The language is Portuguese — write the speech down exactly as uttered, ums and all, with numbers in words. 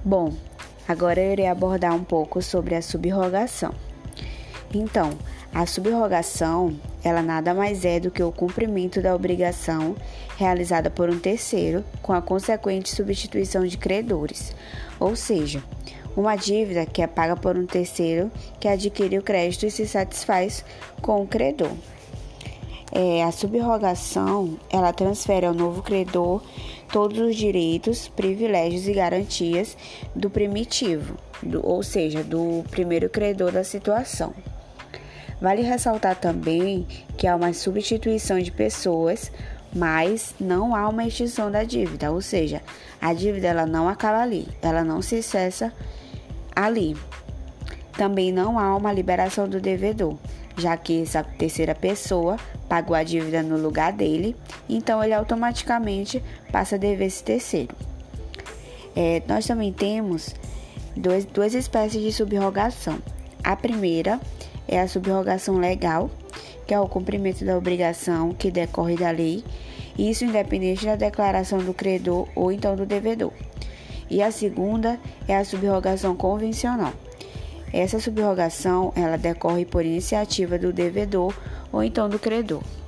Bom, agora eu irei abordar um pouco sobre a subrogação. Então, a subrogação, ela nada mais é do que o cumprimento da obrigação realizada por um terceiro com a consequente substituição de credores, ou seja, uma dívida que é paga por um terceiro que adquire o crédito e se satisfaz com o credor. É, a subrogação, ela transfere ao novo credor todos os direitos, privilégios e garantias do primitivo, do, ou seja, do primeiro credor da situação. Vale ressaltar também que há uma substituição de pessoas, mas não há uma extinção da dívida, ou seja, a dívida ela não acaba ali, ela não se cessa ali. Também não há uma liberação do devedor, já que essa terceira pessoa pagou a dívida no lugar dele, então ele automaticamente passa a dever esse terceiro. É, nós também temos dois, duas espécies de subrogação. A primeira é a subrogação legal, que é o cumprimento da obrigação que decorre da lei, isso independente da declaração do credor ou então do devedor. E a segunda é a subrogação convencional. Essa subrogação ela decorre por iniciativa do devedor ou então do credor.